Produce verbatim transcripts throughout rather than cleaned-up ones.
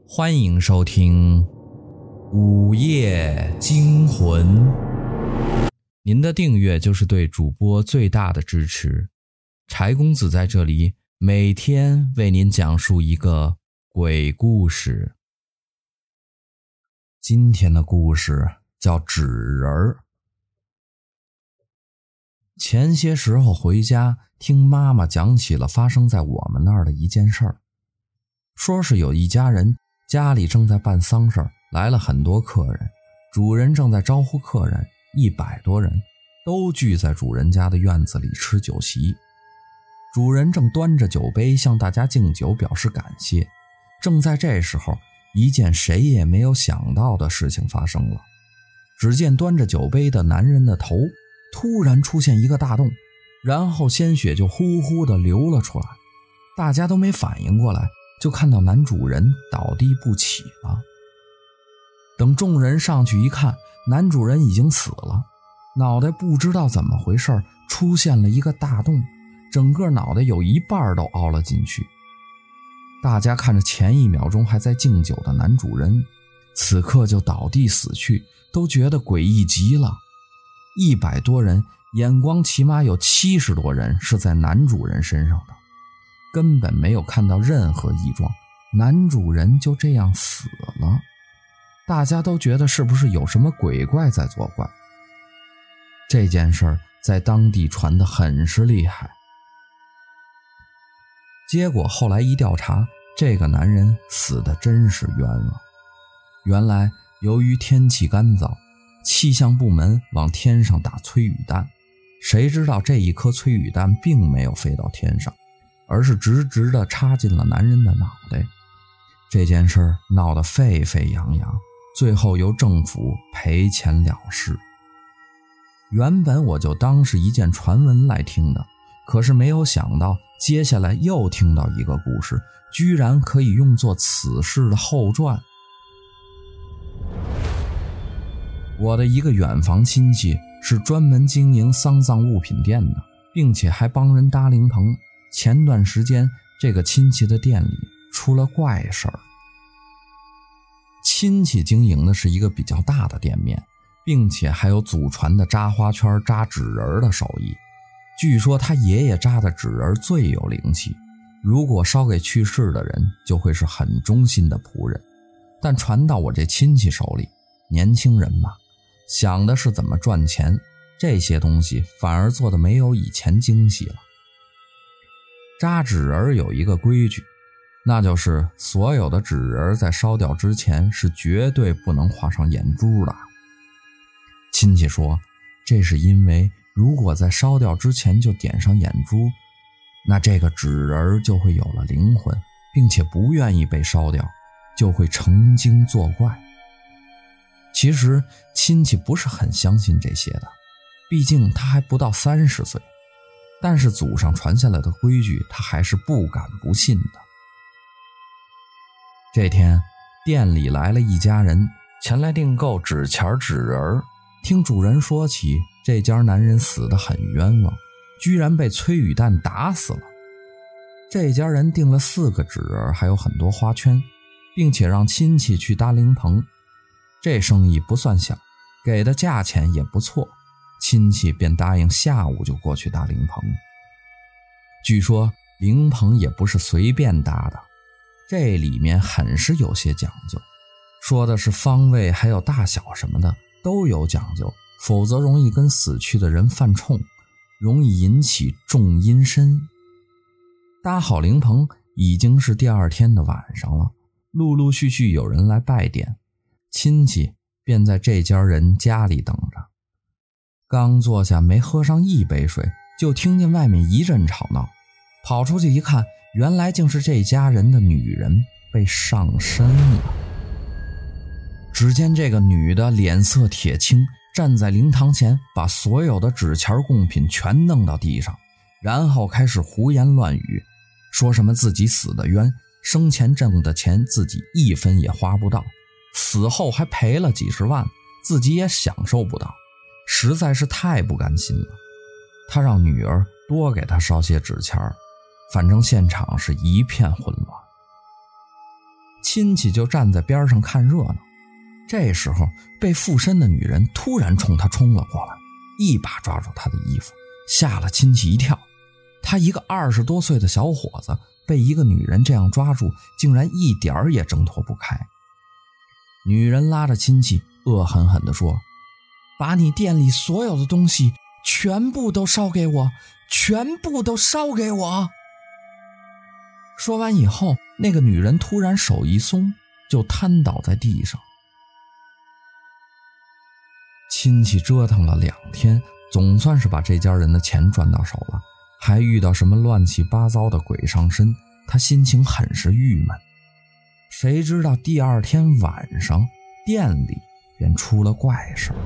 欢迎收听午夜惊魂。您的订阅就是对主播最大的支持。柴公子在这里每天为您讲述一个鬼故事。今天的故事叫纸人儿。前些时候回家，听妈妈讲起了发生在我们那儿的一件事儿。说是有一家人家里正在办丧事儿，来了很多客人，主人正在招呼客人，一百多人都聚在主人家的院子里吃酒席。主人正端着酒杯向大家敬酒表示感谢。正在这时候，一件谁也没有想到的事情发生了。只见端着酒杯的男人的头突然出现一个大洞，然后鲜血就呼呼地流了出来。大家都没反应过来，就看到男主人倒地不起了。等众人上去一看，男主人已经死了，脑袋不知道怎么回事出现了一个大洞，整个脑袋有一半都凹了进去。大家看着前一秒钟还在敬酒的男主人，此刻就倒地死去，都觉得诡异极了。一百多人眼光起码有七十多人是在男主人身上的，根本没有看到任何异状，男主人就这样死了。大家都觉得是不是有什么鬼怪在作怪。这件事儿在当地传得很是厉害。结果后来一调查，这个男人死得真是冤枉。原来由于天气干燥，气象部门往天上打催雨弹，谁知道这一颗催雨弹并没有飞到天上，而是直直地插进了男人的脑袋。这件事儿闹得沸沸扬扬，最后由政府赔钱了事。原本我就当是一件传闻来听的，可是没有想到接下来又听到一个故事，居然可以用作此事的后传。我的一个远房亲戚是专门经营丧葬物品店的，并且还帮人搭灵棚。前段时间这个亲戚的店里出了怪事儿。亲戚经营的是一个比较大的店面，并且还有祖传的扎花圈扎纸人的手艺。据说他爷爷扎的纸人最有灵气，如果烧给去世的人就会是很忠心的仆人。但传到我这亲戚手里，年轻人嘛，想的是怎么赚钱，这些东西反而做的没有以前精细了。扎纸人有一个规矩，那就是所有的纸人在烧掉之前是绝对不能画上眼珠的。亲戚说，这是因为如果在烧掉之前就点上眼珠，那这个纸人就会有了灵魂，并且不愿意被烧掉，就会成精作怪。其实亲戚不是很相信这些的，毕竟他还不到三十岁，但是祖上传下来的规矩他还是不敢不信的。这天店里来了一家人，前来订购纸钱纸人。听主人说起，这家男人死得很冤枉，居然被催雨弹打死了。这家人订了四个纸人，还有很多花圈，并且让亲戚去搭灵棚。这生意不算小，给的价钱也不错，亲戚便答应下午就过去搭灵棚。据说灵棚也不是随便搭的，这里面很是有些讲究，说的是方位还有大小什么的都有讲究，否则容易跟死去的人犯冲，容易引起重阴身。搭好灵棚已经是第二天的晚上了，陆陆续续有人来拜点，亲戚便在这家人家里等着。刚坐下没喝上一杯水，就听见外面一阵吵闹，跑出去一看，原来竟是这家人的女人被上身了。只见这个女的脸色铁青，站在灵堂前，把所有的纸钱贡品全弄到地上，然后开始胡言乱语，说什么自己死得冤，生前挣的钱自己一分也花不到，死后还赔了几十万，自己也享受不到，实在是太不甘心了。他让女儿多给他烧些纸钱，反正现场是一片混乱。 亲戚就站在边上看热闹。这时候被附身的女人突然冲他冲了过来，一把抓住他的衣服，吓了亲戚一跳。他一个二十多岁的小伙子被一个女人这样抓住，竟然一点儿也挣脱不开。女人拉着亲戚恶狠狠地说：把你店里所有的东西全部都烧给我，全部都烧给我。说完以后，那个女人突然手一松，就瘫倒在地上。亲戚折腾了两天，总算是把这家人的钱赚到手了，还遇到什么乱七八糟的鬼上身，他心情很是郁闷。谁知道第二天晚上店里便出了怪事。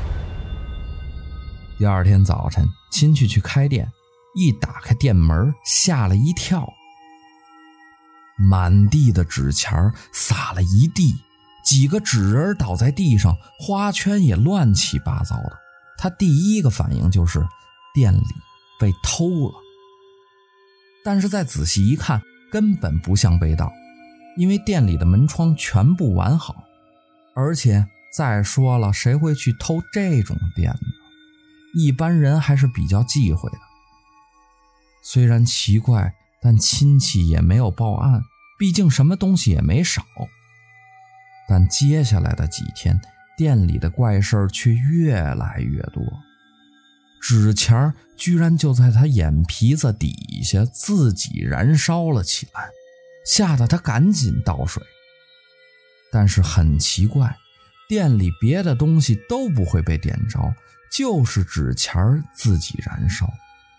第二天早晨，亲戚去开店，一打开店门，吓了一跳。满地的纸钱撒了一地，几个纸人倒在地上，花圈也乱七八糟的。他第一个反应就是店里被偷了，但是再仔细一看，根本不像被盗，因为店里的门窗全部完好。而且再说了，谁会去偷这种店呢？一般人还是比较忌讳的。虽然奇怪，但亲戚也没有报案，毕竟什么东西也没少。但接下来的几天，店里的怪事却越来越多，纸钱居然就在他眼皮子底下自己燃烧了起来，吓得他赶紧倒水。但是很奇怪，店里别的东西都不会被点着，就是纸钱自己燃烧。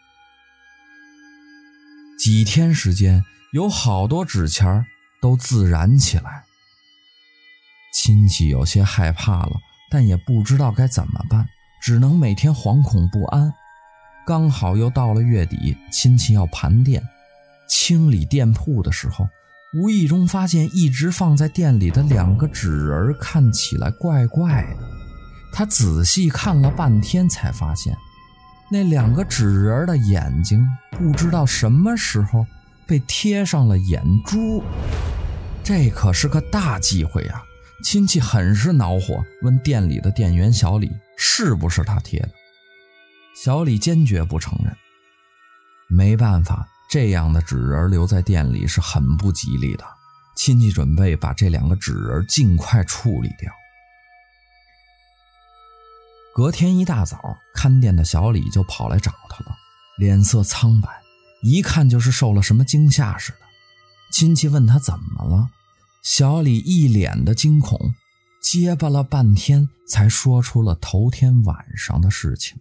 几天时间，有好多纸钱都自燃起来。亲戚有些害怕了，但也不知道该怎么办，只能每天惶恐不安。刚好又到了月底，亲戚要盘店，清理店铺的时候，无意中发现一直放在店里的两个纸人看起来怪怪的。他仔细看了半天，才发现那两个纸人的眼睛不知道什么时候被贴上了眼珠，这可是个大忌讳啊！亲戚很是恼火，问店里的店员小李是不是他贴的。小李坚决不承认。没办法，这样的纸人留在店里是很不吉利的，亲戚准备把这两个纸人尽快处理掉。隔天一大早，看店的小李就跑来找他了，脸色苍白，一看就是受了什么惊吓似的。亲戚问他怎么了，小李一脸的惊恐，结巴了半天才说出了头天晚上的事情。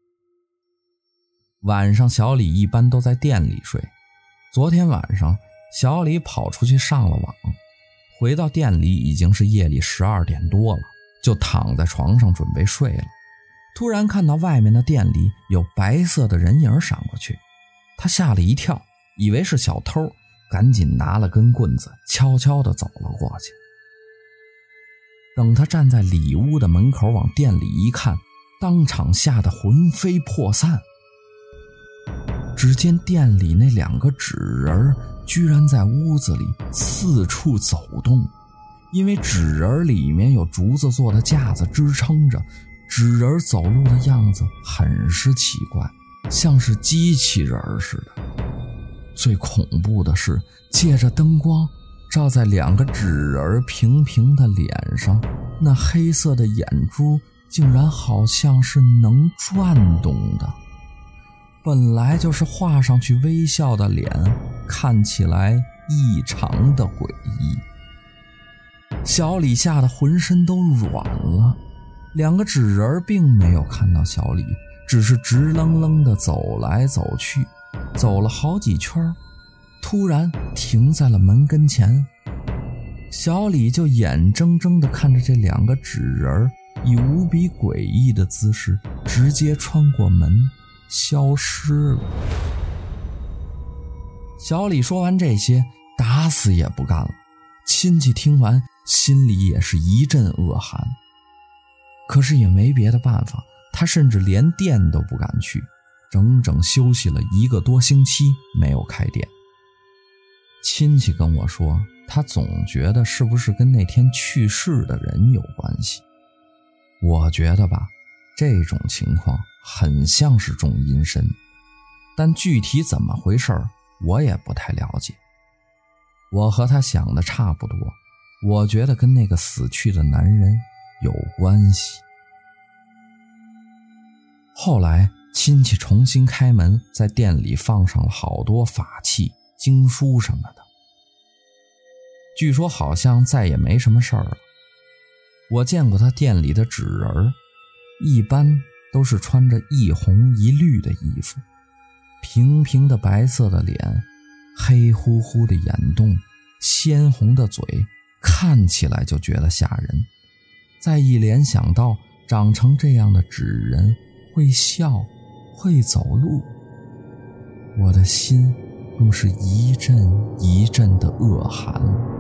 晚上小李一般都在店里睡，昨天晚上小李跑出去上了网，回到店里已经是夜里十二点多了，就躺在床上准备睡了。突然看到外面的店里有白色的人影闪过去，他吓了一跳，以为是小偷，赶紧拿了根棍子悄悄地走了过去。等他站在里屋的门口往店里一看，当场吓得魂飞魄散。只见店里那两个纸人居然在屋子里四处走动，因为纸人里面有竹子做的架子支撑着，纸人走路的样子很是奇怪，像是机器人似的。最恐怖的是，借着灯光照在两个纸人平平的脸上，那黑色的眼珠竟然好像是能转动的。本来就是画上去微笑的脸，看起来异常的诡异。小李吓得浑身都软了。两个纸人并没有看到小李，只是直愣愣地走来走去，走了好几圈，突然停在了门跟前。小李就眼睁睁地看着这两个纸人以无比诡异的姿势直接穿过门消失了。小李说完这些，打死也不干了。亲戚听完心里也是一阵恶寒，可是也没别的办法，他甚至连店都不敢去，整整休息了一个多星期没有开店。亲戚跟我说， 他总觉得是不是跟那天去世的人有关系。我觉得吧，这种情况很像是中阴身，但具体怎么回事我也不太了解。我和他想的差不多，我觉得跟那个死去的男人有关系。后来亲戚重新开门，在店里放上了好多法器、经书什么的。据说好像再也没什么事儿了。我见过他店里的纸人，一般都是穿着一红一绿的衣服，平平的白色的脸，黑乎乎的眼洞，鲜红的嘴，看起来就觉得吓人。再一联想到长成这样的纸人会笑，会走路，我的心更是一阵一阵的恶寒。